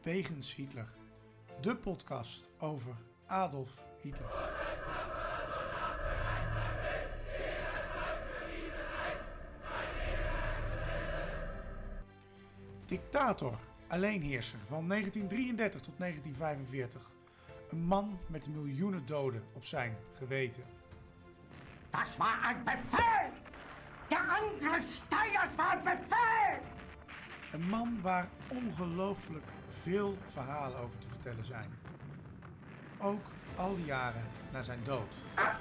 Wegens Hitler, de podcast over Adolf Hitler. Dictator, alleenheerser van 1933 tot 1945. Een man met miljoenen doden op zijn geweten. Das war ein Befehl! Der Angriff Steiners war ein Befehl! Een man waar ongelooflijk veel verhalen over te vertellen zijn. Ook al die jaren na zijn dood.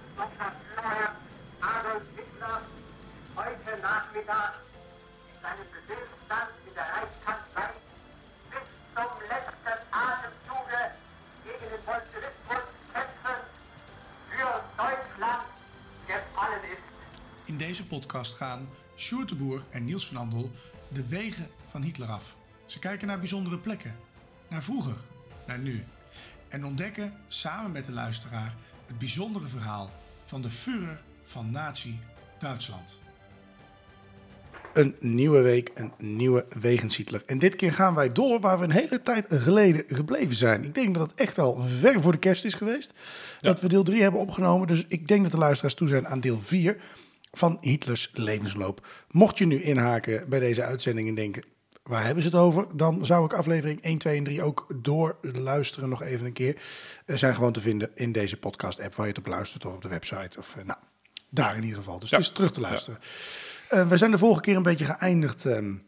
Adolf Hitler, heute Nachmittag, seinen Befehlsstand in der Reichskanzlei bis zum letzten Atemzuge gegen den Bolschewismus kämpfen für Deutschland gefallen ist. In deze podcast gaan Sjoerd de Boer en Niels van Andel de wegen van Hitler af. Ze kijken naar bijzondere plekken, naar vroeger, naar nu. En ontdekken samen met de luisteraar het bijzondere verhaal van de Führer van Nazi-Duitsland. Een nieuwe week, een nieuwe Wegens Hitler. En dit keer gaan wij door waar we een hele tijd geleden gebleven zijn. Ik denk dat het echt al ver voor de kerst is geweest. Ja. Dat we deel 3 hebben opgenomen. Dus ik denk dat de luisteraars toe zijn aan deel 4 van Hitlers levensloop. Mocht je nu inhaken bij deze uitzending en denken, waar hebben ze het over? Dan zou ik aflevering 1, 2 en 3 ook doorluisteren nog even een keer. Zijn gewoon te vinden in deze podcast-app waar je het op luistert of op de website. Of daar in ieder geval. Dus het is terug te luisteren. Ja. We zijn de vorige keer een beetje geëindigd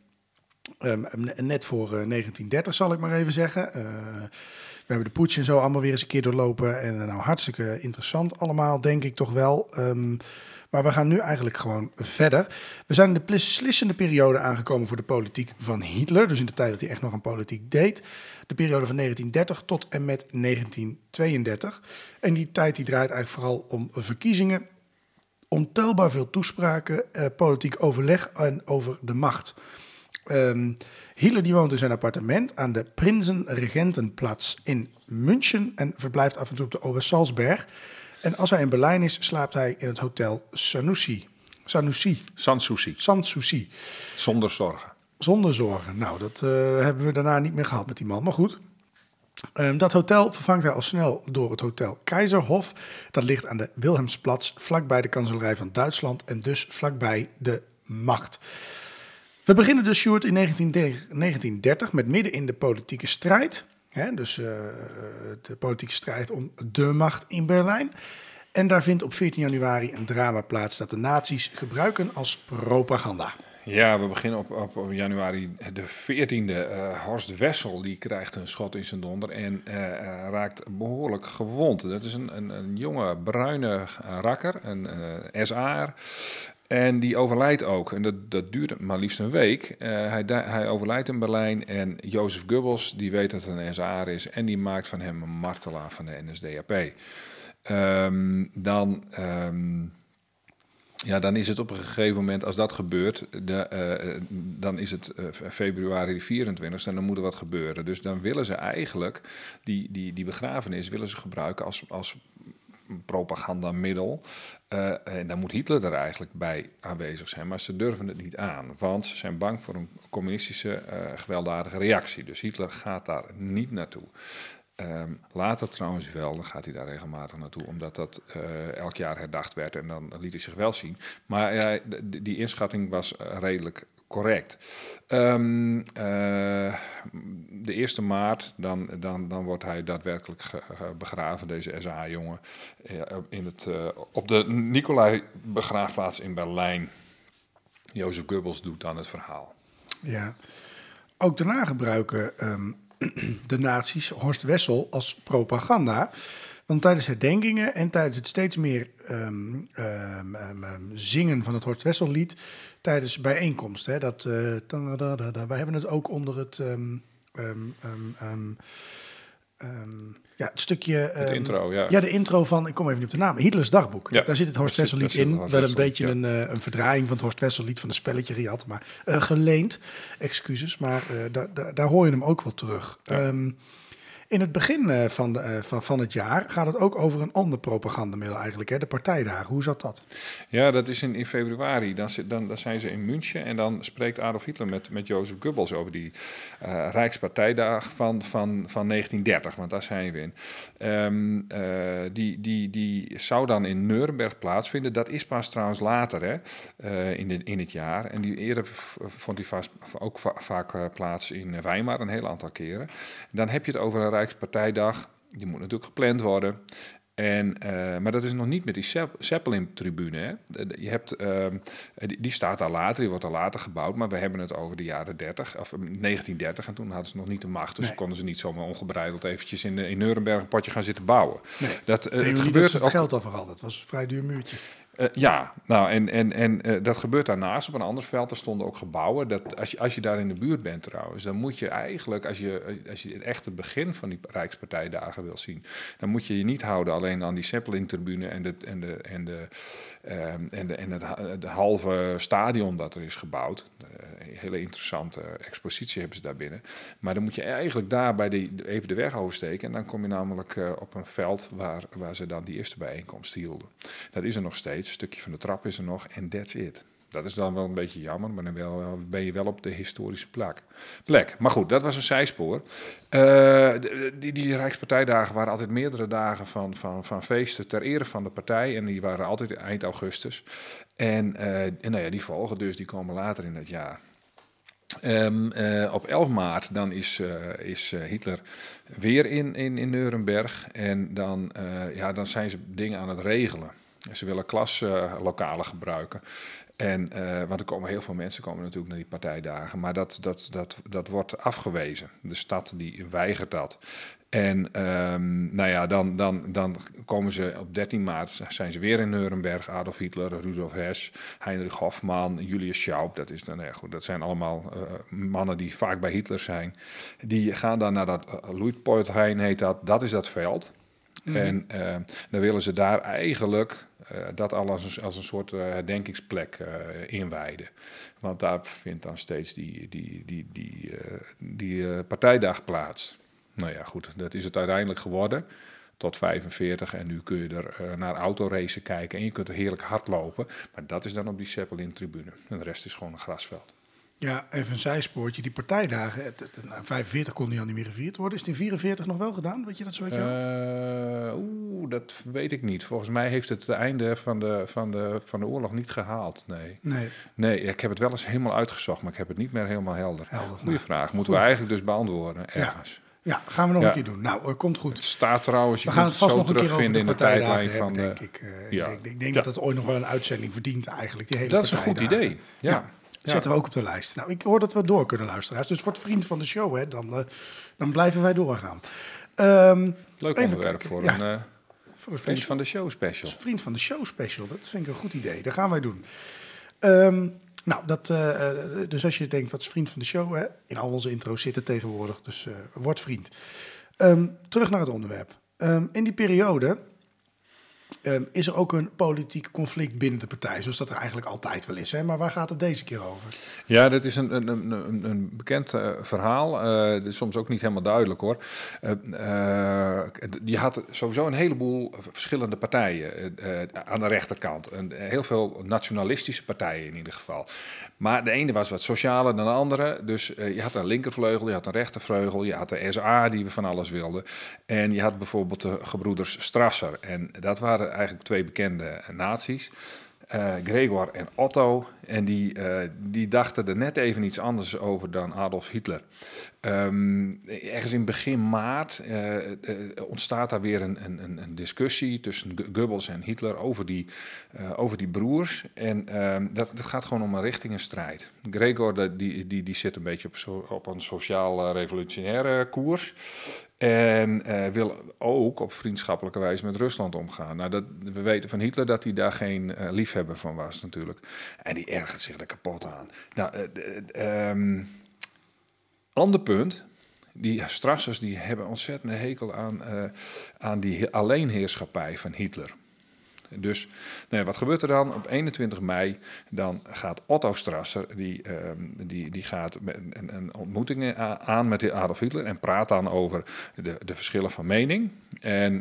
net voor 1930, zal ik maar even zeggen. We hebben de putsch en zo allemaal weer eens een keer doorlopen. En hartstikke interessant allemaal, denk ik toch wel. Maar we gaan nu eigenlijk gewoon verder. We zijn in de beslissende periode aangekomen voor de politiek van Hitler. Dus in de tijd dat hij echt nog aan politiek deed. De periode van 1930 tot en met 1932. En die tijd die draait eigenlijk vooral om verkiezingen. Ontelbaar veel toespraken, politiek overleg en over de macht. Hitler die woont in zijn appartement aan de Prinsenregentenplatz in München en verblijft af en toe op de Obersalzberg. En als hij in Berlijn is, slaapt hij in het hotel Sanssouci. Zonder zorgen. Zonder zorgen. Nou, dat hebben we daarna niet meer gehad met die man. Maar goed, dat hotel vervangt hij al snel door het hotel Kaiserhof. Dat ligt aan de Wilhelmsplatz, vlakbij de kanselarij van Duitsland en dus vlakbij de macht. We beginnen dus, Sjoerd, in 1930 met midden in de politieke strijd. Dus de politieke strijd om de macht in Berlijn. En daar vindt op 14 januari een drama plaats dat de nazi's gebruiken als propaganda. Ja, we beginnen op januari de 14e. Horst Wessel die krijgt een schot in zijn donder en raakt behoorlijk gewond. Dat is een jonge bruine rakker, een SA'er. En die overlijdt ook. En dat duurt maar liefst een week. Hij overlijdt in Berlijn. En Jozef Goebbels, die weet dat het een SA'er is. En die maakt van hem een martelaar van de NSDAP. Dan is het op een gegeven moment, als dat gebeurt, dan is het februari 24 en dan moet er wat gebeuren. Dus dan willen ze eigenlijk die begrafenis willen ze gebruiken als propagandamiddel. En dan moet Hitler er eigenlijk bij aanwezig zijn. Maar ze durven het niet aan, want ze zijn bang voor een communistische gewelddadige reactie. Dus Hitler gaat daar niet naartoe. Later trouwens wel, dan gaat hij daar regelmatig naartoe, omdat dat elk jaar herdacht werd en dan liet hij zich wel zien. Maar die inschatting was redelijk correct. De 1 maart, dan wordt hij daadwerkelijk begraven, deze SA-jongen, op de Nicolai-begraafplaats in Berlijn. Jozef Goebbels doet dan het verhaal. Ja, ook daarna gebruiken de nazi's Horst Wessel als propaganda. Want tijdens herdenkingen en tijdens het steeds meer zingen van het Horst Wessel-lied, tijdens bijeenkomsten, wij hebben het ook onder het het stukje. Het intro, ja. Ja, de intro van, ik kom even niet op de naam, Hitlers dagboek. Ja, daar zit het Horst Wessel-lied in. Wel een beetje een verdraaiing van het Horst Wessel-lied van een spelletje gehad, maar geleend. Excuses, maar daar hoor je hem ook wel terug. Ja. In het begin van het jaar gaat het ook over een ander propagandamiddel eigenlijk, hè? De partijdagen. Hoe zat dat? Ja, dat is in februari. Dan zijn ze in München en dan spreekt Adolf Hitler met Jozef Goebbels over die Rijkspartijdag van 1930, want daar zijn we in. Die zou dan in Nuremberg plaatsvinden. Dat is pas trouwens later, hè, in het jaar. En die eerder vond hij ook vaak plaats in Weimar, een heel aantal keren. Dan heb je het over een Rijkspartijdag. Die moet natuurlijk gepland worden. Maar dat is nog niet met die Zeppelin-tribune. Hè. Je hebt, die staat al later, die wordt al later gebouwd. Maar we hebben het over de jaren 30, of 1930. En toen hadden ze nog niet de macht. Dus konden ze niet zomaar ongebreideld eventjes in Nuremberg een potje gaan zitten bouwen. Nee, het gebeurt het geld overal. Dat was een vrij duur muurtje. Ja, nou en dat gebeurt daarnaast op een ander veld. Er stonden ook gebouwen. Dat als je daar in de buurt bent trouwens, dan moet je eigenlijk, als je het echte begin van die Rijkspartijdagen wil zien, dan moet je je niet houden alleen aan die Zeppelin-tribune en het halve stadion dat er is gebouwd. Een hele interessante expositie hebben ze daar binnen. Maar dan moet je eigenlijk daar even de weg oversteken. En dan kom je namelijk op een veld waar ze dan die eerste bijeenkomst hielden. Dat is er nog steeds. Een stukje van de trap is er nog. En that's it. Dat is dan wel een beetje jammer, maar dan ben je wel op de historische plek. Maar goed, dat was een zijspoor. Die Rijkspartijdagen waren altijd meerdere dagen van feesten ter ere van de partij. En die waren altijd eind augustus. En die volgen dus, die komen later in het jaar. Op 11 maart dan is Hitler weer in Nuremberg. En dan zijn ze dingen aan het regelen. Ze willen klaslokalen gebruiken. Want er komen heel veel mensen natuurlijk naar die partijdagen. Maar dat wordt afgewezen. De stad die weigert dat. En dan komen ze op 13 maart, zijn ze weer in Nuremberg. Adolf Hitler, Rudolf Hess, Heinrich Hoffmann, Julius Schaub. Dat zijn allemaal mannen die vaak bij Hitler zijn. Die gaan dan naar dat Luitpoldhain heet dat. Dat is dat veld. Mm-hmm. En dan willen ze daar eigenlijk dat al als een soort herdenkingsplek inwijden. Want daar vindt dan steeds die partijdag plaats. Nou ja, goed, dat is het uiteindelijk geworden. Tot 45 en nu kun je er naar autoracen kijken en je kunt er heerlijk hardlopen. Maar dat is dan op die Zeppelin-tribune. En de rest is gewoon een grasveld. Ja, even een zijspoortje. Die partijdagen, 45 kon die al niet meer gevierd worden. Is het in 44 nog wel gedaan? Weet je dat zo uit je hoofd? Dat weet ik niet. Volgens mij heeft het einde van de oorlog niet gehaald. Nee, ik heb het wel eens helemaal uitgezocht, maar ik heb het niet meer helemaal helder. Goeie vraag. Moeten we eigenlijk dus beantwoorden ergens. Ja, gaan we nog een keer doen. Nou, komt goed. Het staat trouwens, we gaan het vast nog een keer over in de tijdlijn van denk ik. Ik denk dat het ooit nog wel een uitzending verdient eigenlijk. Die hele dat is een goed idee. Ja. Zetten we ook op de lijst. Nou, ik hoor dat we door kunnen luisteren. Dus word vriend van de show, hè. Dan blijven wij doorgaan. Leuk onderwerp voor een vriend van de show special. Vriend van de show special, dat vind ik een goed idee. Dat gaan wij doen. Dus als je denkt, wat is vriend van de show? Hè? In al onze intro's zitten tegenwoordig, dus word vriend. Terug naar het onderwerp. In die periode is er ook een politiek conflict binnen de partij, zoals dat er eigenlijk altijd wel is. Hè? Maar waar gaat het deze keer over? Ja, dat is een bekend verhaal. Dat is soms ook niet helemaal duidelijk, hoor. Je had sowieso een heleboel verschillende partijen aan de rechterkant. Heel veel nationalistische partijen in ieder geval. Maar de ene was wat socialer dan de andere. Dus je had een linkervleugel, je had een rechtervleugel, je had de SA die van alles wilde. En je had bijvoorbeeld de gebroeders Strasser. En dat waren eigenlijk twee bekende nazi's. Gregor en Otto. En die dachten er net even iets anders over dan Adolf Hitler. Ergens in begin maart ontstaat daar weer een discussie tussen Goebbels en Hitler over die broers. En dat gaat gewoon om een richtingenstrijd. Gregor die zit een beetje op een sociaal-revolutionaire koers. En wil ook op vriendschappelijke wijze met Rusland omgaan. Nou, we weten van Hitler dat hij daar geen liefhebber van was natuurlijk. En die ergert zich er kapot aan. Nou, ander punt. Die Strassers die hebben ontzettend hekel aan die alleenheerschappij van Hitler. Dus wat gebeurt er dan? Op 21 mei dan gaat Otto Strasser, die gaat een ontmoeting aan met Adolf Hitler en praat dan over de verschillen van mening. En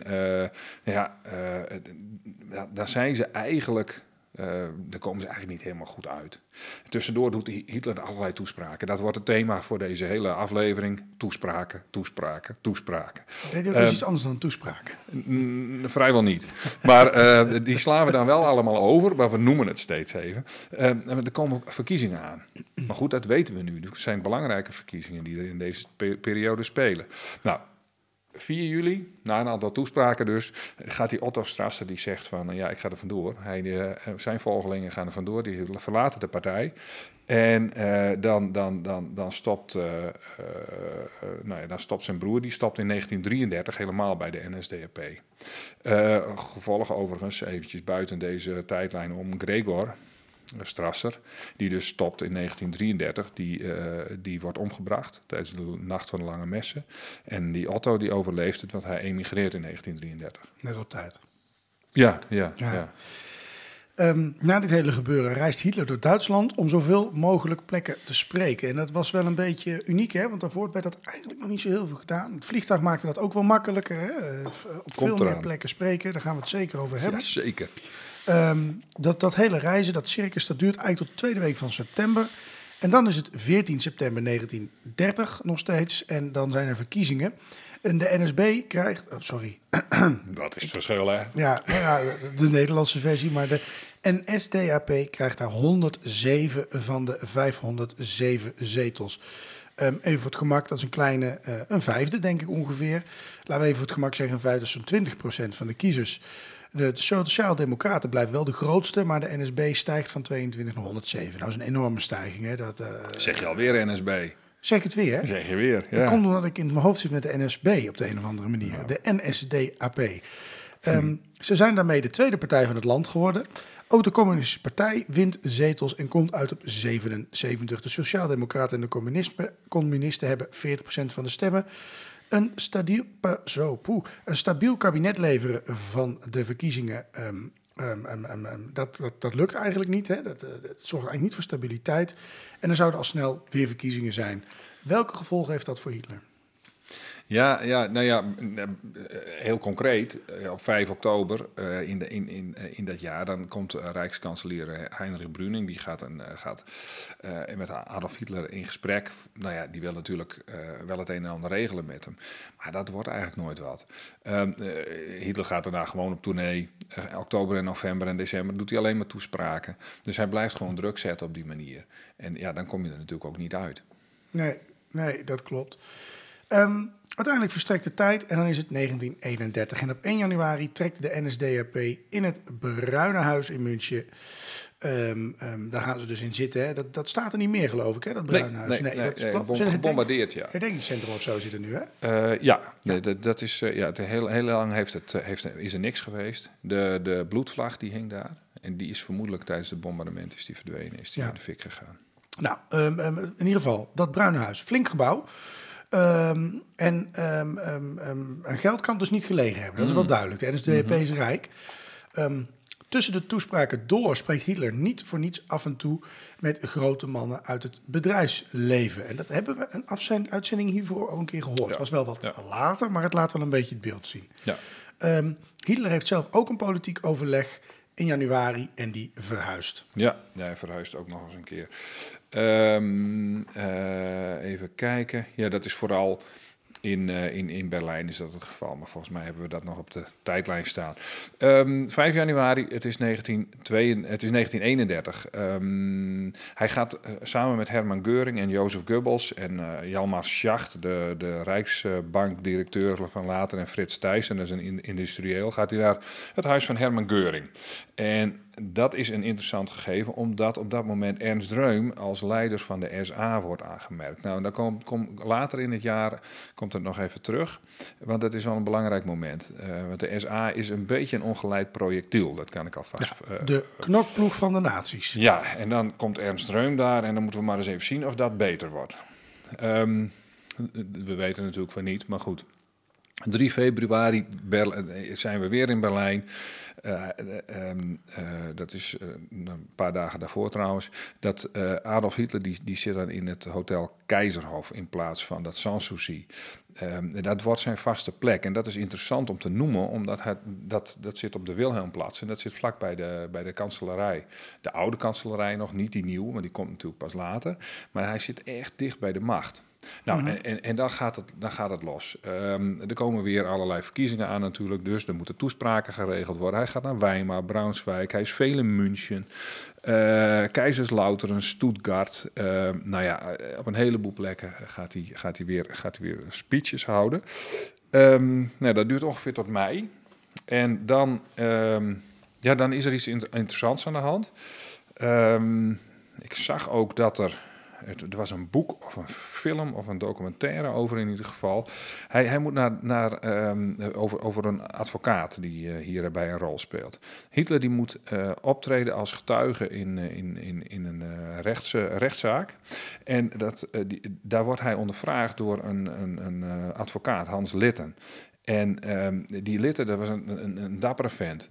daar zijn ze eigenlijk... daar komen ze eigenlijk niet helemaal goed uit. Tussendoor doet Hitler allerlei toespraken. Dat wordt het thema voor deze hele aflevering. Toespraken. Deed hij ook iets anders dan een toespraak? Vrijwel niet. Maar die slaan we dan wel allemaal over, maar we noemen het steeds even. Er komen ook verkiezingen aan. Maar goed, dat weten we nu. Er zijn belangrijke verkiezingen die er in deze periode spelen. Nou, 4 juli, na een aantal toespraken dus, gaat die Otto Strasser die zegt van ik ga er vandoor. Zijn volgelingen gaan er vandoor, die verlaten de partij. En dan stopt zijn broer, die stopt in 1933 helemaal bij de NSDAP. Gevolg overigens, eventjes buiten deze tijdlijn om, Gregor Strasser, die dus stopt in 1933, die wordt omgebracht tijdens de Nacht van de Lange Messen. En die Otto die overleeft het, want hij emigreert in 1933. Net op tijd. Ja. Na dit hele gebeuren reist Hitler door Duitsland om zoveel mogelijk plekken te spreken. En dat was wel een beetje uniek, hè? Want daarvoor werd dat eigenlijk nog niet zo heel veel gedaan. Het vliegtuig maakte dat ook wel makkelijker. Hè? Op veel meer plekken spreken, daar gaan we het zeker over hebben. Ja, zeker. Dat hele reizen, dat circus, dat duurt eigenlijk tot de tweede week van september. En dan is het 14 september 1930 nog steeds. En dan zijn er verkiezingen. En de NSB krijgt... Dat is het verschil, hè? Ja, de Nederlandse versie. Maar de NSDAP krijgt daar 107 van de 507 zetels. Even voor het gemak, dat is een vijfde, denk ik ongeveer. Laten we even voor het gemak zeggen, een vijfde, dat is zo'n 20% van de kiezers. De Sociaal-Democraten blijven wel de grootste, maar de NSB stijgt van 22 naar 107. Dat is een enorme stijging. Hè? Zeg je alweer NSB? Zeg ik het weer, hè? Zeg je weer, ja. Dat komt omdat ik in mijn hoofd zit met de NSB op de een of andere manier. Ja. De NSDAP. Ze zijn daarmee de tweede partij van het land geworden. Ook de Communistische Partij wint zetels en komt uit op 77. De Sociaaldemocraten en de communisten hebben 40% van de stemmen. Een stabiel kabinet leveren van de verkiezingen, dat lukt eigenlijk niet. Hè? Dat zorgt eigenlijk niet voor stabiliteit. En er zouden al snel weer verkiezingen zijn. Welke gevolgen heeft dat voor Hitler? Heel concreet, op 5 oktober in dat jaar, dan komt Rijkskanselier Heinrich Brüning, die gaat met Adolf Hitler in gesprek. Die wil natuurlijk wel het een en ander regelen met hem. Maar dat wordt eigenlijk nooit wat. Hitler gaat daarna gewoon op tournee. Oktober en november en december doet hij alleen maar toespraken. Dus hij blijft gewoon druk zetten op die manier. En dan kom je er natuurlijk ook niet uit. Nee, dat klopt. Uiteindelijk verstrekt de tijd en dan is het 1931. En op 1 januari trekt de NSDAP in het Bruine Huis in München. Daar gaan ze dus in zitten. Hè? Dat staat er niet meer, geloof ik, hè? Dat Bruine Huis. Nee, dat is gebombardeerd, ja. Herdenkingscentrum of zo zit er nu, hè? Dat is... heel lang is er niks geweest. De bloedvlag die hing daar. En die is vermoedelijk tijdens het bombardement verdwenen. Is die in de fik gegaan. Nou, in ieder geval, dat Bruine Huis. Flink gebouw. Een geld kan dus niet gelegen hebben. Dat is wel duidelijk. De NSDAP is rijk. Tussen de toespraken door spreekt Hitler niet voor niets af en toe met grote mannen uit het bedrijfsleven. En dat hebben we een uitzending hiervoor al een keer gehoord. Het was wel wat later, maar het laat wel een beetje het beeld zien. Ja. Hitler heeft zelf ook een politiek overleg in januari en die verhuist. Ja, hij verhuist ook nog eens een keer. Even kijken. Ja, dat is vooral in Berlijn is dat het geval. Maar volgens mij hebben we dat nog op de tijdlijn staan. 5 januari, het is 1931. Hij gaat samen met Hermann Göring en Joseph Goebbels en Hjalmar Schacht, de Rijksbankdirecteur van later, en Frits Thijssen, dat is een industrieel, gaat hij naar het huis van Hermann Göring. En dat is een interessant gegeven, omdat op dat moment Ernst Röhm als leider van de SA wordt aangemerkt. Nou, dan later in het jaar komt het nog even terug, want dat is wel een belangrijk moment. Want de SA is een beetje een ongeleid projectiel, dat kan ik alvast... de knokploeg van de nazi's. Ja, en dan komt Ernst Röhm daar en dan moeten we maar eens even zien of dat beter wordt. We weten natuurlijk van niet, maar goed. 3 februari zijn we weer in Berlijn. Dat is een paar dagen daarvoor trouwens. Dat Adolf Hitler die zit dan in het hotel Keizerhof in plaats van dat Sanssouci. Dat wordt zijn vaste plek. En dat is interessant om te noemen, omdat dat zit op de Wilhelmplatz. En dat zit vlak bij de kanselarij. De oude kanselarij nog, niet die nieuwe, maar die komt natuurlijk pas later. Maar hij zit echt dicht bij de macht. Nou, en dan gaat het los. Er komen weer allerlei verkiezingen aan natuurlijk, dus er moeten toespraken geregeld worden. Hij gaat naar Weimar, Braunschweig, hij is veel in München, Kaiserslautern, Stuttgart. Op een heleboel plekken gaat hij weer speeches houden. Dat duurt ongeveer tot mei. En dan is er iets interessants aan de hand. Ik zag ook dat er was een boek of een film of een documentaire over in ieder geval. Hij moet over een advocaat die hierbij een rol speelt. Hitler die moet optreden als getuige in een rechtszaak. En daar wordt hij ondervraagd door een advocaat, Hans Litten. En die Litten, dat was een dappere vent.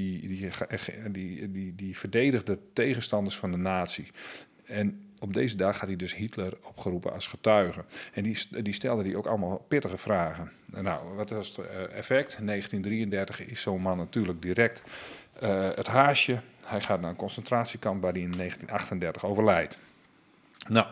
Die verdedigde tegenstanders van de nazi. En op deze dag had hij dus Hitler opgeroepen als getuige. En die stelde die ook allemaal pittige vragen. Nou, wat was het effect? In 1933 is zo'n man natuurlijk direct het haasje. Hij gaat naar een concentratiekamp waar hij in 1938 overlijdt. Nou,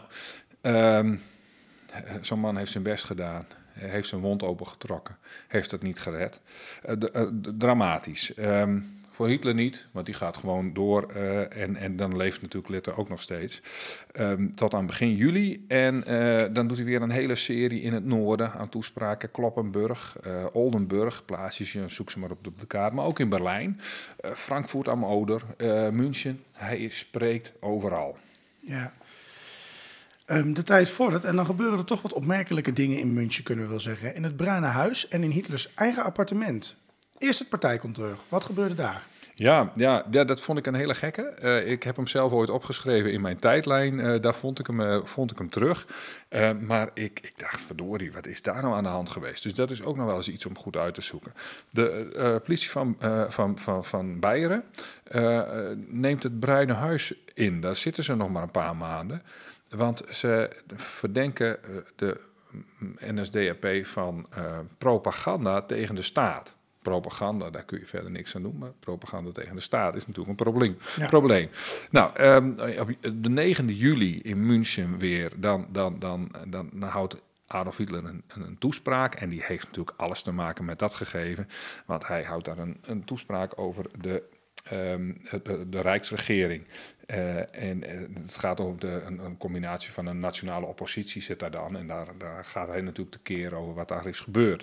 zo'n man heeft zijn best gedaan. Hij heeft zijn wond opengetrokken. Heeft het niet gered. Dramatisch. Voor Hitler niet, want die gaat gewoon door. En dan leeft natuurlijk Litten ook nog steeds. Tot aan begin juli. En dan doet hij weer een hele serie in het noorden aan toespraken. Kloppenburg, Oldenburg, plaatsjes, zoek ze maar op de kaart. Maar ook in Berlijn, Frankfurt am Oder, München. Hij spreekt overal. Ja. De tijd vordert en dan gebeuren er toch wat opmerkelijke dingen in München, kunnen we wel zeggen. In het Bruine Huis en in Hitlers eigen appartement. Eerst het partij komt terug. Wat gebeurde daar? Ja, dat vond ik een hele gekke. Ik heb hem zelf ooit opgeschreven in mijn tijdlijn. Daar vond ik hem terug. Maar ik dacht, verdorie, wat is daar nou aan de hand geweest? Dus dat is ook nog wel eens iets om goed uit te zoeken. De politie van Beieren neemt het Bruine Huis in. Daar zitten ze nog maar een paar maanden. Want ze verdenken de NSDAP van propaganda tegen de staat. Propaganda, daar kun je verder niks aan doen, maar propaganda tegen de staat is natuurlijk een probleem. Nou, op de 9e juli in München weer, dan houdt Adolf Hitler een toespraak. En die heeft natuurlijk alles te maken met dat gegeven. Want hij houdt daar een toespraak over de Rijksregering. En het gaat om een combinatie van een nationale oppositie zit daar dan. En daar gaat hij natuurlijk tekeer over wat daar is gebeurd.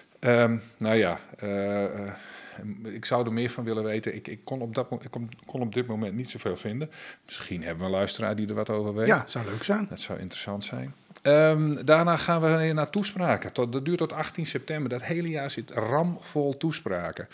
Ik zou er meer van willen weten. Ik kon op dit moment niet zoveel vinden. Misschien hebben we een luisteraar die er wat over weet. Ja, zou leuk zijn. Dat zou interessant zijn. Daarna gaan we naar toespraken. Dat duurt tot 18 september. Dat hele jaar zit ramvol toespraken.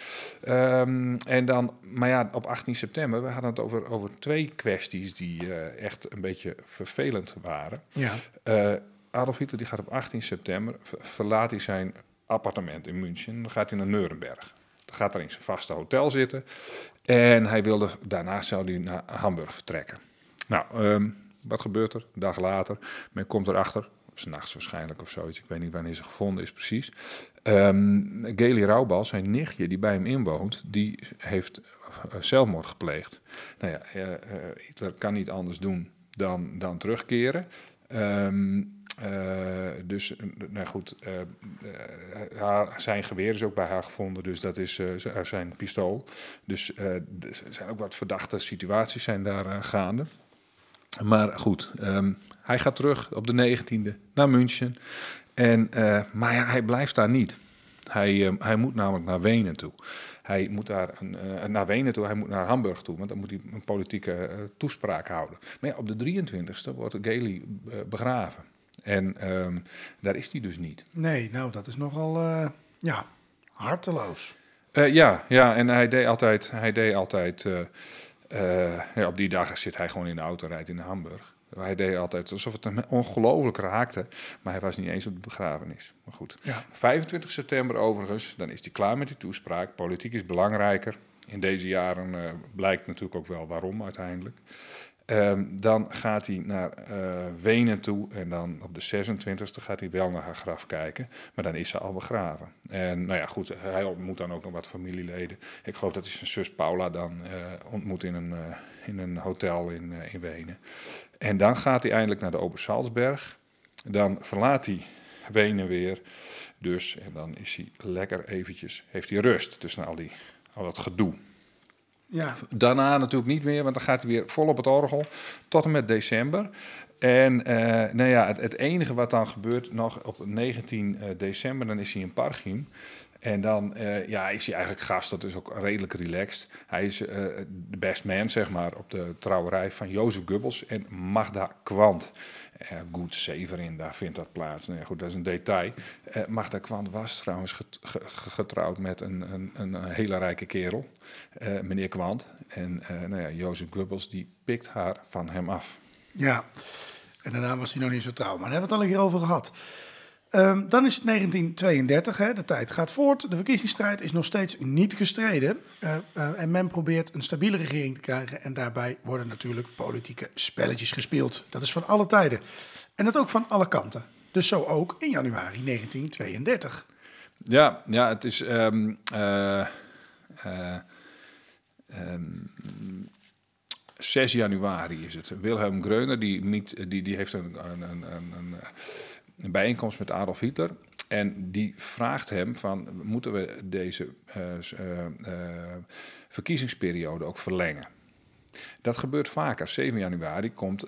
Op 18 september, we hadden het over 2 kwesties die echt een beetje vervelend waren. Ja. Adolf Hitler die gaat op 18 september, verlaat hij zijn appartement in München. Dan gaat hij naar Nuremberg. Dan gaat hij in zijn vaste hotel zitten. En daarna zou hij naar Hamburg vertrekken. Nou, wat gebeurt er? Een dag later, men komt erachter, 's nachts waarschijnlijk of zoiets, ik weet niet wanneer ze gevonden is precies. Geli Raubal, zijn nichtje die bij hem inwoont, die heeft zelfmoord gepleegd. Nou ja, Hitler kan niet anders doen dan terugkeren. Zijn geweer is ook bij haar gevonden, dus dat is zijn pistool. Dus er zijn ook wat verdachte situaties zijn daar gaande. Maar goed, hij gaat terug op de 19e naar München. Maar hij blijft daar niet. Hij moet namelijk naar Wenen toe. Hij moet naar Wenen toe, hij moet naar Hamburg toe, want dan moet hij een politieke toespraak houden. Maar ja, op de 23e wordt Geli begraven. En daar is hij dus niet. Nee, nou, dat is nogal harteloos. En hij deed altijd op die dagen zit hij gewoon in de auto, rijdt in Hamburg. Hij deed altijd alsof het hem ongelooflijk raakte, maar hij was niet eens op de begrafenis. Maar goed. Ja. 25 september overigens, dan is hij klaar met die toespraak. Politiek is belangrijker. In deze jaren blijkt natuurlijk ook wel waarom uiteindelijk. Dan gaat hij naar Wenen toe en dan op de 26e gaat hij wel naar haar graf kijken. Maar dan is ze al begraven. En nou ja, goed, hij ontmoet dan ook nog wat familieleden. Ik geloof dat hij zijn zus Paula dan ontmoet in een hotel in Wenen. En dan gaat hij eindelijk naar de Obersalzberg. Dan verlaat hij Wenen weer. Dus, en dan is hij lekker eventjes, heeft hij rust tussen al dat gedoe. Ja. Daarna natuurlijk niet meer, want dan gaat hij weer vol op het orgel tot en met december. En nou ja, het enige wat dan gebeurt nog op 19 december, dan is hij in Parchim. En dan is hij eigenlijk gast, dat is ook redelijk relaxed. Hij is de best man, zeg maar, op de trouwerij van Jozef Goebbels en Magda Quandt. Goed Severin, daar vindt dat plaats. Nou ja, goed, dat is een detail. Magda Quandt was trouwens getrouwd met een hele rijke kerel, meneer Quandt. En Jozef Goebbels, die pikt haar van hem af. Ja, en daarna was hij nog niet zo trouw, maar daar hebben we het al een keer over gehad. Dan is het 1932, hè, de tijd gaat voort. De verkiezingsstrijd is nog steeds niet gestreden. En men probeert een stabiele regering te krijgen. En daarbij worden natuurlijk politieke spelletjes gespeeld. Dat is van alle tijden. En dat ook van alle kanten. Dus zo ook in januari 1932. Ja, het is... 6 januari is het. Wilhelm Greuner die heeft een bijeenkomst met Adolf Hitler. En die vraagt hem van, moeten we deze verkiezingsperiode ook verlengen? Dat gebeurt vaker. 7 januari komt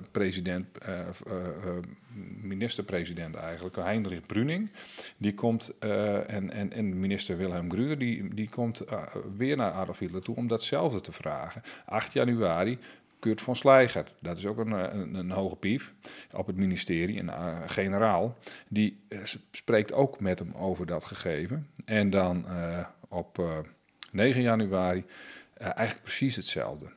minister-president eigenlijk, Heinrich Brüning. Die komt, en minister Wilhelm Greuner, die komt weer naar Adolf Hitler toe om datzelfde te vragen. 8 januari... Kurt von Schleicher, dat is ook een hoge pief op het ministerie, een generaal, die spreekt ook met hem over dat gegeven. En dan op 9 januari eigenlijk precies hetzelfde.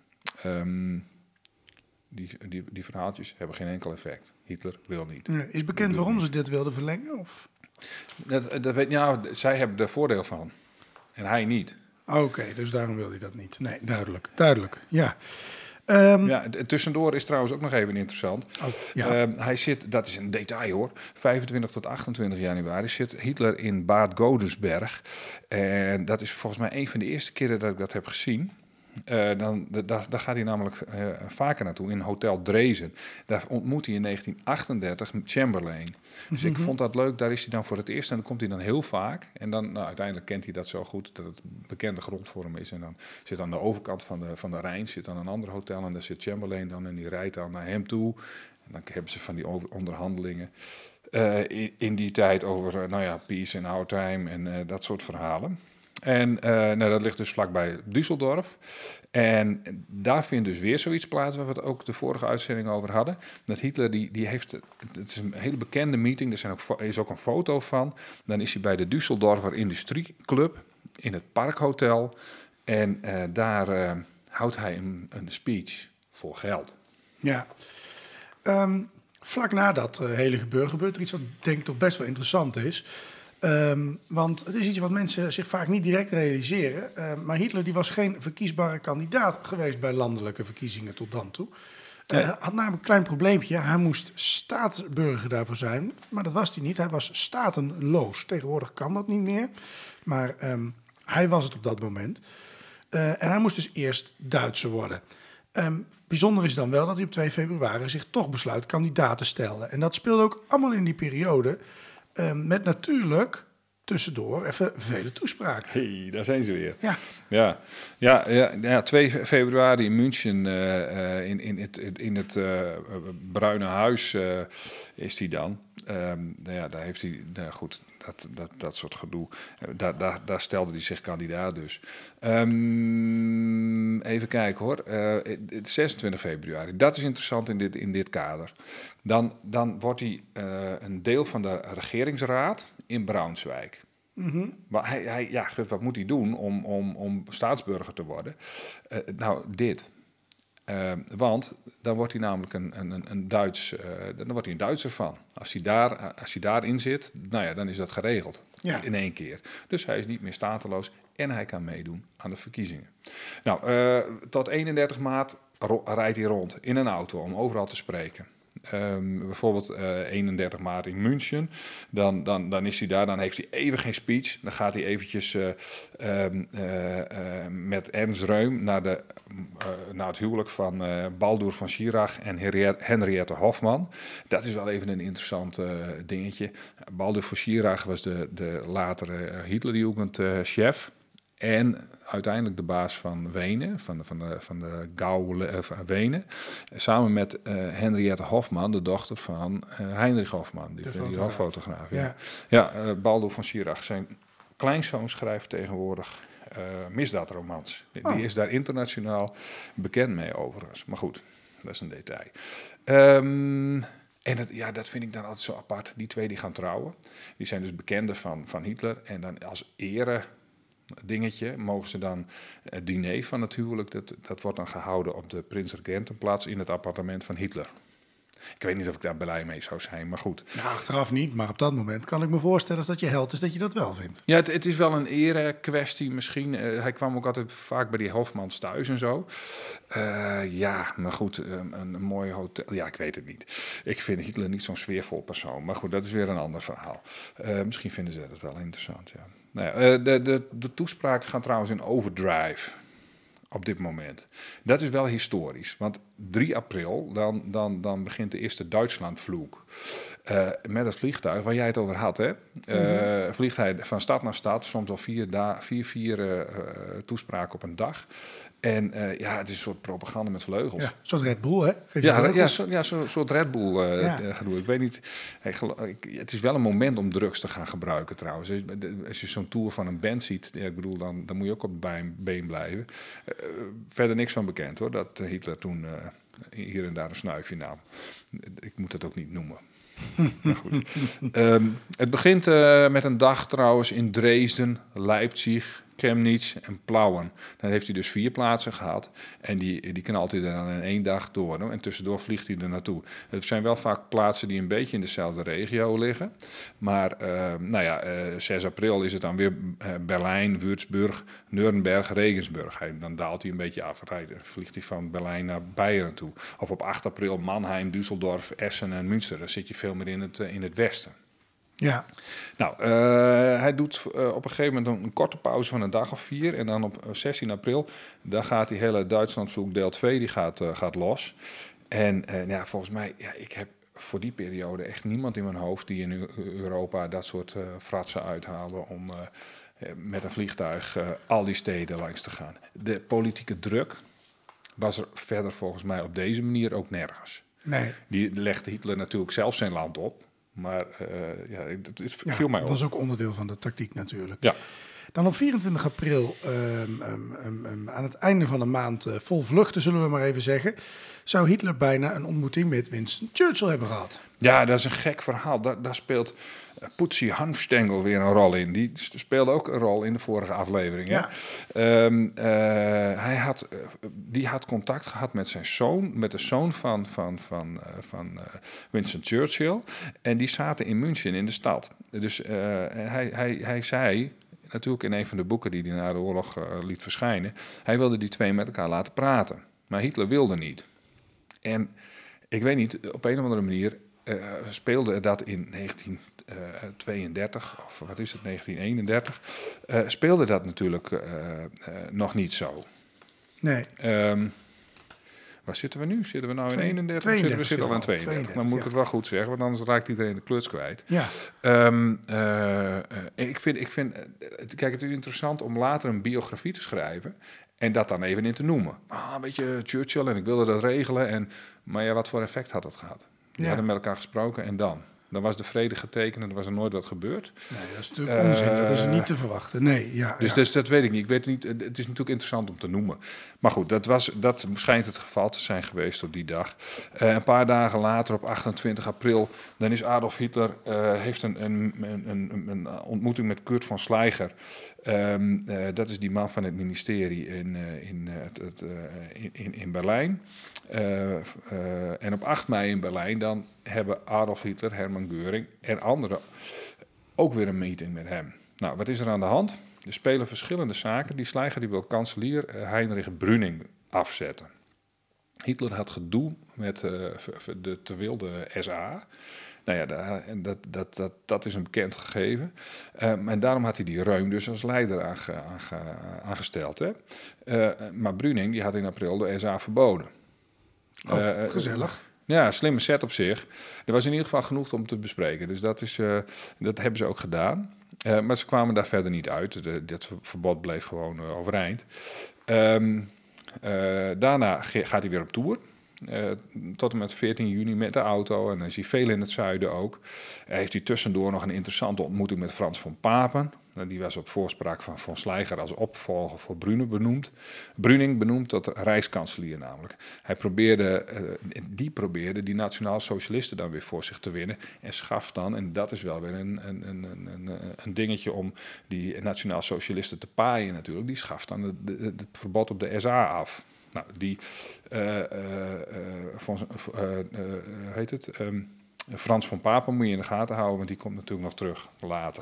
Die verhaaltjes hebben geen enkel effect. Hitler wil niet. Is bekend waarom ze dit wilden verlengen? Of? Zij hebben er voordeel van en hij niet. Oké, dus daarom wil hij dat niet. Nee, duidelijk, ja. Tussendoor is trouwens ook nog even interessant. Hij zit, dat is een detail hoor, 25 tot 28 januari zit Hitler in Bad Godesberg. En dat is volgens mij een van de eerste keren dat ik dat heb gezien. Daar gaat hij namelijk vaker naartoe, in Hotel Drezen. Daar ontmoet hij in 1938 Chamberlain. Dus ik vond dat leuk, daar is hij dan voor het eerst en dan komt hij dan heel vaak. En dan uiteindelijk kent hij dat zo goed dat het bekende grond voor hem is. En dan zit aan de overkant van de Rijn zit dan een ander hotel en daar zit Chamberlain dan en die rijdt dan naar hem toe. En dan hebben ze van die onderhandelingen in die tijd over peace in our time en dat soort verhalen. En dat ligt dus vlakbij Düsseldorf. En daar vindt dus weer zoiets plaats waar we het ook de vorige uitzending over hadden. Dat Hitler, die heeft, het is een hele bekende meeting, er is ook een foto van. Dan is hij bij de Düsseldorfer Industrieclub in het Parkhotel. En daar houdt hij een speech voor geld. Ja. Vlak na dat hele gebeuren gebeurt er iets wat denk ik toch best wel interessant is. Want het is iets wat mensen zich vaak niet direct realiseren. Maar Hitler die was geen verkiesbare kandidaat geweest bij landelijke verkiezingen tot dan toe. Hij had namelijk een klein probleempje. Hij moest staatsburger daarvoor zijn. Maar dat was hij niet. Hij was statenloos. Tegenwoordig kan dat niet meer. Maar hij was het op dat moment. En hij moest dus eerst Duitser worden. Bijzonder is dan wel dat hij op 2 februari zich toch besluit kandidaat te stellen. En dat speelde ook allemaal in die periode. Met natuurlijk tussendoor even vele toespraken. Hey, daar zijn ze weer. Ja, 2 februari in München in het Bruine Huis is hij dan. Daar heeft hij, goed, dat soort gedoe. Daar stelde hij zich kandidaat dus. Even kijken hoor. 26 februari, dat is interessant in dit kader. Dan wordt hij een deel van de regeringsraad in Braunschweig. Mm-hmm. Maar wat moet hij doen om staatsburger te worden? Dit. Want dan wordt hij namelijk een Duitser van. Als hij daarin zit, nou ja, dan is dat geregeld. Ja. In 1 keer. Dus hij is niet meer stateloos en hij kan meedoen aan de verkiezingen. Nou, tot 31 maart rijdt hij rond in een auto om overal te spreken. Bijvoorbeeld 31 maart in München, dan is hij daar, dan heeft hij even geen speech. Dan gaat hij eventjes met Ernst Röhm naar het huwelijk van Baldur von Schirach en Henriette Hofman. Dat is wel even een interessant dingetje. Baldur von Schirach was de latere Hitlerjugendchef. En uiteindelijk de baas van Wenen, van de Gau Wenen. Samen met Henriette Hofman, de dochter van Heinrich Hofman, die fotograaf. Ja, Baldur von Schirach. Zijn kleinzoon schrijft tegenwoordig misdaadromans. Die is daar internationaal bekend mee overigens. Maar goed, dat is een detail. En dat vind ik dan altijd zo apart. Die twee die gaan trouwen. Die zijn dus bekenden van Hitler. En dan als ere dingetje mogen ze dan het diner van het huwelijk, dat wordt dan gehouden op de Prins Regentenplatz in het appartement van Hitler. Ik weet niet of ik daar blij mee zou zijn, maar goed. Nou, achteraf niet, maar op dat moment kan ik me voorstellen als dat je held is dat je dat wel vindt. Ja, het is wel een ere kwestie misschien. Hij kwam ook altijd vaak bij die Hofmans thuis en zo. Maar goed, een mooi hotel. Ja, ik weet het niet. Ik vind Hitler niet zo'n sfeervol persoon. Maar goed, dat is weer een ander verhaal. Misschien vinden ze dat wel interessant, ja. Nou ja, de toespraken gaan trouwens in overdrive op dit moment. Dat is wel historisch, want 3 april, dan begint de eerste Duitslandvloeg. Met het vliegtuig waar jij het over had, hè? Vliegt hij van stad naar stad, soms al 4 toespraken op een dag. En het is een soort propaganda met vleugels. Ja, een soort Red Bull, hè? Zo'n soort Red Bull gedoe. Ik weet niet, het is wel een moment om drugs te gaan gebruiken trouwens. Als je zo'n tour van een band ziet, ik bedoel, dan moet je ook op het been blijven. Verder niks van bekend hoor, dat Hitler toen hier en daar een snuifje nam. Ik moet dat ook niet noemen. Maar goed. Het begint met een dag trouwens in Dresden, Leipzig, Chemnitz en Plauen. Dan heeft hij dus 4 plaatsen gehad. En die knalt hij er dan in 1 dag door. En tussendoor vliegt hij er naartoe. Het zijn wel vaak plaatsen die een beetje in dezelfde regio liggen. Maar 6 april is het dan weer Berlijn, Würzburg, Nuremberg, Regensburg. Dan daalt hij een beetje af. Vliegt hij van Berlijn naar Beieren toe. Of op 8 april Mannheim, Düsseldorf, Essen en Münster. Dan zit je veel meer in het westen. Ja. Nou, hij doet op een gegeven moment een korte pauze van een dag of 4. En dan op 16 april, dan gaat die hele Duitslandvloeg deel 2, die gaat los. En volgens mij, ik heb voor die periode echt niemand in mijn hoofd die in Europa dat soort fratsen uithalen om met een vliegtuig al die steden langs te gaan. De politieke druk was er verder volgens mij op deze manier ook nergens. Nee. Die legde Hitler natuurlijk zelf zijn land op. Maar het viel mij op. Dat was ook onderdeel van de tactiek natuurlijk. Ja. Dan op 24 april, aan het einde van de maand vol vluchten, zullen we maar even zeggen, zou Hitler bijna een ontmoeting met Winston Churchill hebben gehad. Ja, dat is een gek verhaal. Daar speelt Poetsie Hanfstengel weer een rol in. Die speelde ook een rol in de vorige aflevering. Ja. Die had contact gehad met zijn zoon, met de zoon van Winston Churchill. En die zaten in München in de stad. Dus hij zei, natuurlijk in een van de boeken die hij na de oorlog liet verschijnen, hij wilde die twee met elkaar laten praten. Maar Hitler wilde niet. En ik weet niet, op een of andere manier speelde dat in 1932, of wat is het, 1931, speelde dat natuurlijk nog niet zo. Nee. Waar zitten we nu? Zitten we nou in 31? 32, We zitten al in 32. Dan moet ik het wel goed zeggen, want anders raakt iedereen de kluts kwijt. Ja. Ik vind, kijk, het is interessant om later een biografie te schrijven en dat dan even in te noemen. Weet je, Churchill en ik wilde dat regelen. Maar ja, wat voor effect had dat gehad? Die hadden met elkaar gesproken en dan? Dan was de vrede getekend en er was er nooit wat gebeurd. Nee, dat is natuurlijk onzin. Dat is niet te verwachten. Nee, ja. Dus dat weet ik niet. Ik weet niet. Het is natuurlijk interessant om te noemen. Maar goed, dat schijnt het geval te zijn geweest op die dag. Een paar dagen later, op 28 april, dan is Adolf Hitler heeft een ontmoeting met Kurt von Schleicher. Dat is die man van het ministerie in Berlijn. En op 8 mei in Berlijn dan hebben Adolf Hitler, Hermann Göring en anderen ook weer een meeting met hem. Nou, wat is er aan de hand? Er spelen verschillende zaken. Die Schleicher die wil kanselier Heinrich Brüning afzetten. Hitler had gedoe met de te wilde SA. Nou ja, dat is een bekend gegeven. En daarom had hij die Röhm dus als leider aangesteld. Hè? Maar Brüning die had in april de SA verboden. Gezellig. Ja, slimme set op zich. Er was in ieder geval genoeg om te bespreken. Dus dat hebben ze ook gedaan. Maar ze kwamen daar verder niet uit. Dat verbod bleef gewoon overeind. Daarna gaat hij weer op tour. Tot en met 14 juni met de auto. En dan is hij veel in het zuiden ook. Heeft hij tussendoor nog een interessante ontmoeting met Frans von Papen. Die was op voorspraak van von Schleicher als opvolger voor Brüning benoemd tot rijkskanselier namelijk. Die probeerde die nationaal socialisten dan weer voor zich te winnen. En schaft dan, en dat is wel weer een dingetje om die nationaal socialisten te paaien natuurlijk. Die schaft dan het verbod op de SA af. Nou, Frans von Papen moet je in de gaten houden, want die komt natuurlijk nog terug later.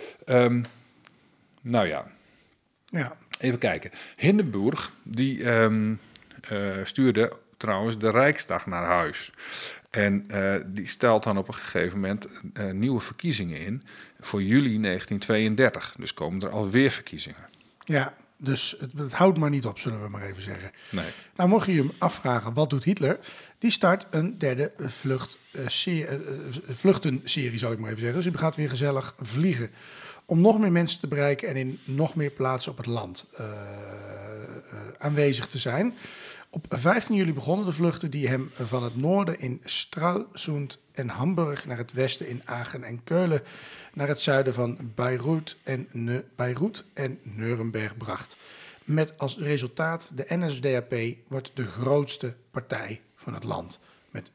Nou ja, even kijken. Hindenburg, die stuurde trouwens de Rijksdag naar huis. En die stelt dan op een gegeven moment nieuwe verkiezingen in voor juli 1932. Dus komen er alweer verkiezingen. Ja, dus het houdt maar niet op, zullen we maar even zeggen. Nee. Nou, mocht je je afvragen, wat doet Hitler? Die start een derde vluchtenserie, zou ik maar even zeggen. Dus hij gaat weer gezellig vliegen. Om nog meer mensen te bereiken en in nog meer plaatsen op het land aanwezig te zijn. Op 15 juli begonnen de vluchten die hem van het noorden in Stralsund en Hamburg naar het westen in Aachen en Keulen naar het zuiden van Beirut en Nuremberg bracht. Met als resultaat de NSDAP wordt de grootste partij van het land. Met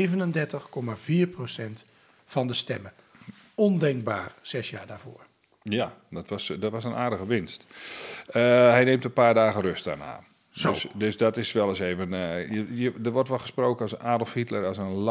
37,4% van de stemmen. Ondenkbaar 6 jaar daarvoor. Ja, dat was een aardige winst. Hij neemt een paar dagen rust daarna. Dus dat is wel eens even... er wordt wel gesproken als Adolf Hitler als een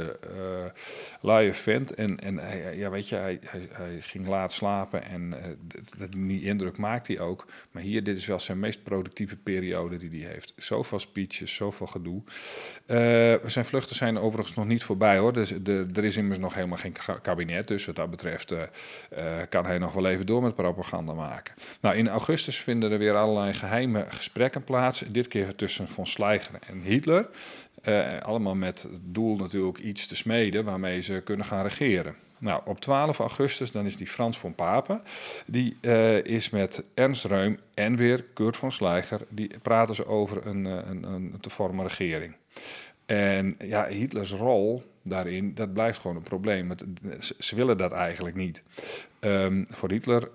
luie vent. En hij ging laat slapen en die indruk maakt hij ook. Maar dit is wel zijn meest productieve periode die hij heeft. Zoveel speeches, zoveel gedoe. Zijn vluchten zijn overigens nog niet voorbij, hoor. Dus er is immers nog helemaal geen kabinet. Dus wat dat betreft kan hij nog wel even door met propaganda maken. Nou, in augustus vinden er weer allerlei geheime gesprekken plaats. Dit keer tussen von Schleicher en Hitler. Allemaal met het doel natuurlijk iets te smeden waarmee ze kunnen gaan regeren. Nou, op 12 augustus dan is die Frans von Papen. Die is met Ernst Röhm en weer Kurt von Schleicher. Die praten ze over een te vormen regering. En ja, Hitlers rol daarin, dat blijft gewoon een probleem. Ze willen dat eigenlijk niet. Voor Hitler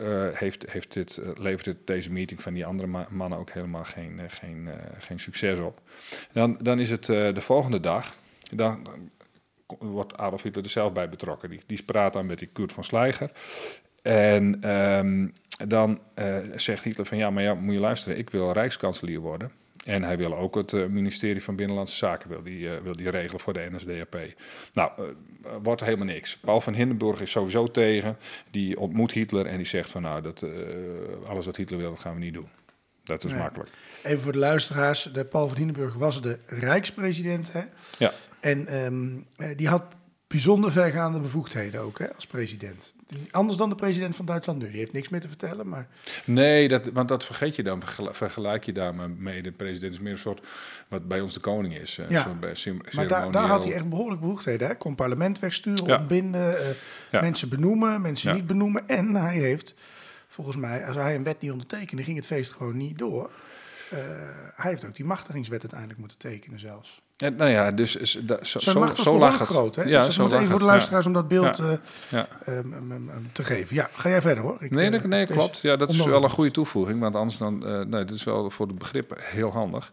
levert deze meeting van die andere mannen ook helemaal geen succes op. Dan is het de volgende dag. Dan wordt Adolf Hitler er zelf bij betrokken. Die praat dan met die Kurt von Schleicher. En dan zegt Hitler van ja, moet je luisteren, ik wil rijkskanselier worden. En hij wil ook het ministerie van Binnenlandse Zaken wil die regelen voor de NSDAP. Nou, wordt helemaal niks. Paul van Hindenburg is sowieso tegen. Die ontmoet Hitler en die zegt van nou, alles wat Hitler wil, dat gaan we niet doen. Dat is makkelijk. Even voor de luisteraars. Paul van Hindenburg was de rijkspresident. Hè? Ja. En die had bijzonder vergaande bevoegdheden ook, hè, als president. Anders dan de president van Duitsland nu. Die heeft niks meer te vertellen, maar... Nee, want dat vergeet je dan. Vergelijk je daarmee. De president is meer een soort wat bij ons de koning is. Maar daar had hij echt behoorlijk bevoegdheden. Hij kon parlement wegsturen, ontbinden, mensen benoemen, mensen niet benoemen. En hij heeft, volgens mij, als hij een wet niet ondertekende, ging het feest gewoon niet door. Hij heeft ook die machtigingswet uiteindelijk moeten tekenen zelfs. Nou ja, dus Zijn macht was zo behoorlijk lag het. groot, hè? Ja, dus dat zo moet lag even voor de het, luisteraars om dat beeld Ja. te geven. Ja, ga jij verder, hoor. Nee, klopt. Ja, dat is onnodig wel een goede toevoeging, want anders dan... nee, dit is wel voor de begrippen heel handig.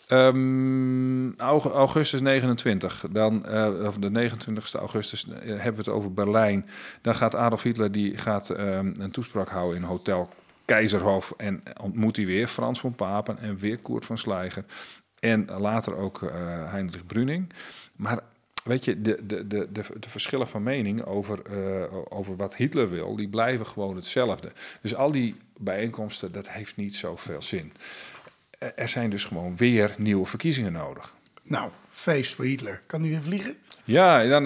Augustus 29, of de 29e augustus hebben we het over Berlijn. Dan gaat Adolf Hitler een toespraak houden in Hotel Keizerhof en ontmoet hij weer Frans von Papen en weer Kurt von Schleicher. En later ook Heinrich Brüning. Maar weet je, de verschillen van mening over wat Hitler wil, die blijven gewoon hetzelfde. Dus al die bijeenkomsten, dat heeft niet zoveel zin. Er zijn dus gewoon weer nieuwe verkiezingen nodig. Nou, feest voor Hitler. Kan hij weer vliegen? Ja,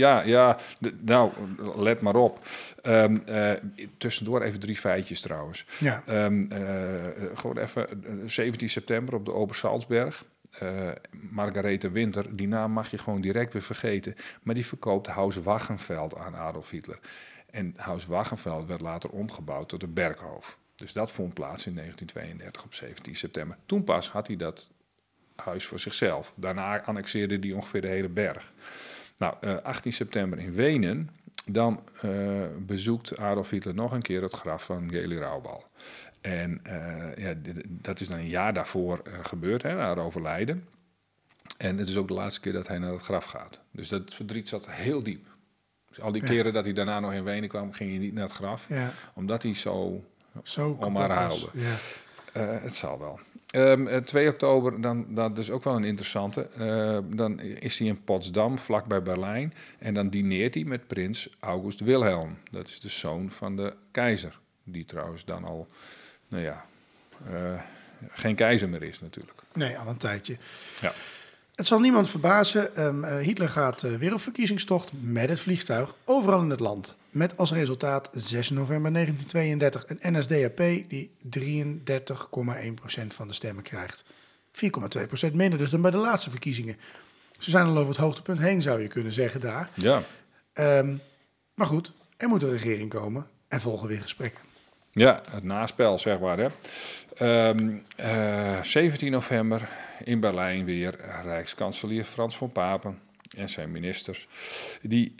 let maar op. Tussendoor even 3 feitjes trouwens. Ja. Gewoon even 17 september op de Obersalzberg. Margarethe Winter, die naam mag je gewoon direct weer vergeten. Maar die verkoopt Haus Wachenfeld aan Adolf Hitler. En Haus Wachenfeld werd later omgebouwd tot de Berghof. Dus dat vond plaats in 1932 op 17 september. Toen pas had hij dat huis voor zichzelf. Daarna annexeerde hij ongeveer de hele berg. Nou, 18 september in Wenen, dan bezoekt Adolf Hitler nog een keer het graf van Geli Raubal. En dat is dan een jaar daarvoor gebeurd, na haar overlijden. En het is ook de laatste keer dat hij naar het graf gaat. Dus dat verdriet zat heel diep. Dus al die keren dat hij daarna nog in Wenen kwam, ging hij niet naar het graf. Ja. Omdat hij zo om haar huilde. Ja. Het zal wel. 2 oktober, dat is ook wel een interessante. Dan is hij in Potsdam, vlakbij Berlijn. En dan dineert hij met prins August Wilhelm. Dat is de zoon van de keizer. Die trouwens dan al, geen keizer meer is natuurlijk. Nee, al een tijdje. Ja. Het zal niemand verbazen. Hitler gaat weer op verkiezingstocht met het vliegtuig overal in het land. Met als resultaat 6 november 1932 een NSDAP die 33,1% van de stemmen krijgt. 4,2% minder dus dan bij de laatste verkiezingen. Ze zijn al over het hoogtepunt heen, zou je kunnen zeggen daar. Ja. Maar goed, er moet een regering komen en volgen weer gesprekken. Ja, het naspel, zeg maar. Hè. 17 november in Berlijn weer Rijkskanselier Frans von Papen en zijn ministers. Die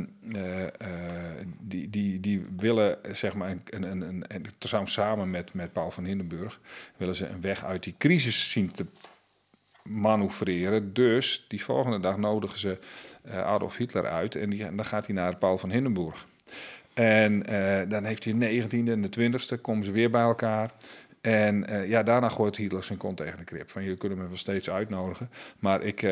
willen, zeg maar, samen met Paul van Hindenburg, willen ze een weg uit die crisis zien te manoeuvreren. Dus die volgende dag nodigen ze Adolf Hitler uit en dan gaat hij naar Paul van Hindenburg. En dan heeft hij de 19e en de 20e, komen ze weer bij elkaar. En daarna gooit Hitler zijn kont tegen de krip. Van, jullie kunnen me wel steeds uitnodigen, maar ik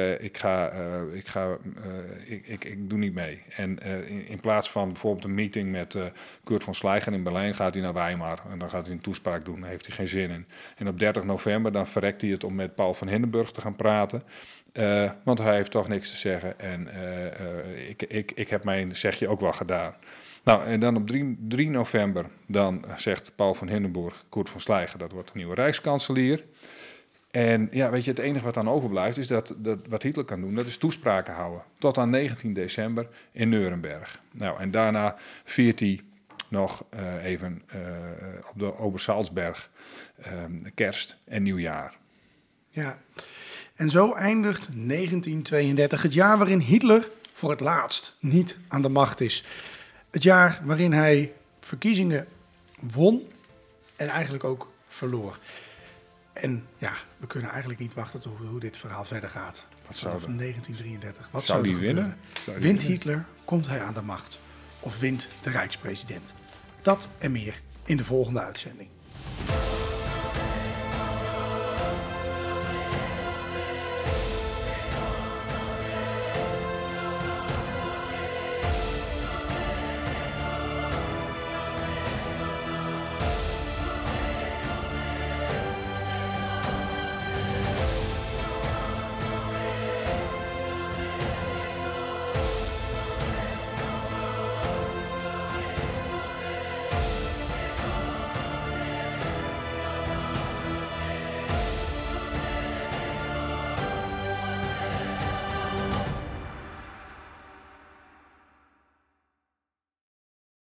doe niet mee. En in plaats van bijvoorbeeld een meeting met Kurt von Schleicher in Berlijn, gaat hij naar Weimar. En dan gaat hij een toespraak doen, daar heeft hij geen zin in. En op 30 november, dan verrekt hij het om met Paul van Hindenburg te gaan praten. Want hij heeft toch niks te zeggen. En ik heb mijn zegje ook wel gedaan. Nou, en dan op 3 november, dan zegt Paul van Hindenburg, Kurt von Schleicher, dat wordt de nieuwe rijkskanselier. En ja, weet je, het enige wat dan overblijft is dat wat Hitler kan doen, dat is toespraken houden. Tot aan 19 december in Nuremberg. Nou, en daarna viert hij nog even op de Obersalzberg kerst en nieuwjaar. Ja, en zo eindigt 1932, het jaar waarin Hitler voor het laatst niet aan de macht is. Het jaar waarin hij verkiezingen won en eigenlijk ook verloor. En ja, we kunnen eigenlijk niet wachten tot hoe dit verhaal verder gaat. Vanaf 1933. Wat zou die winnen? Wint Hitler, komt hij aan de macht? Of wint de Rijkspresident? Dat en meer in de volgende uitzending.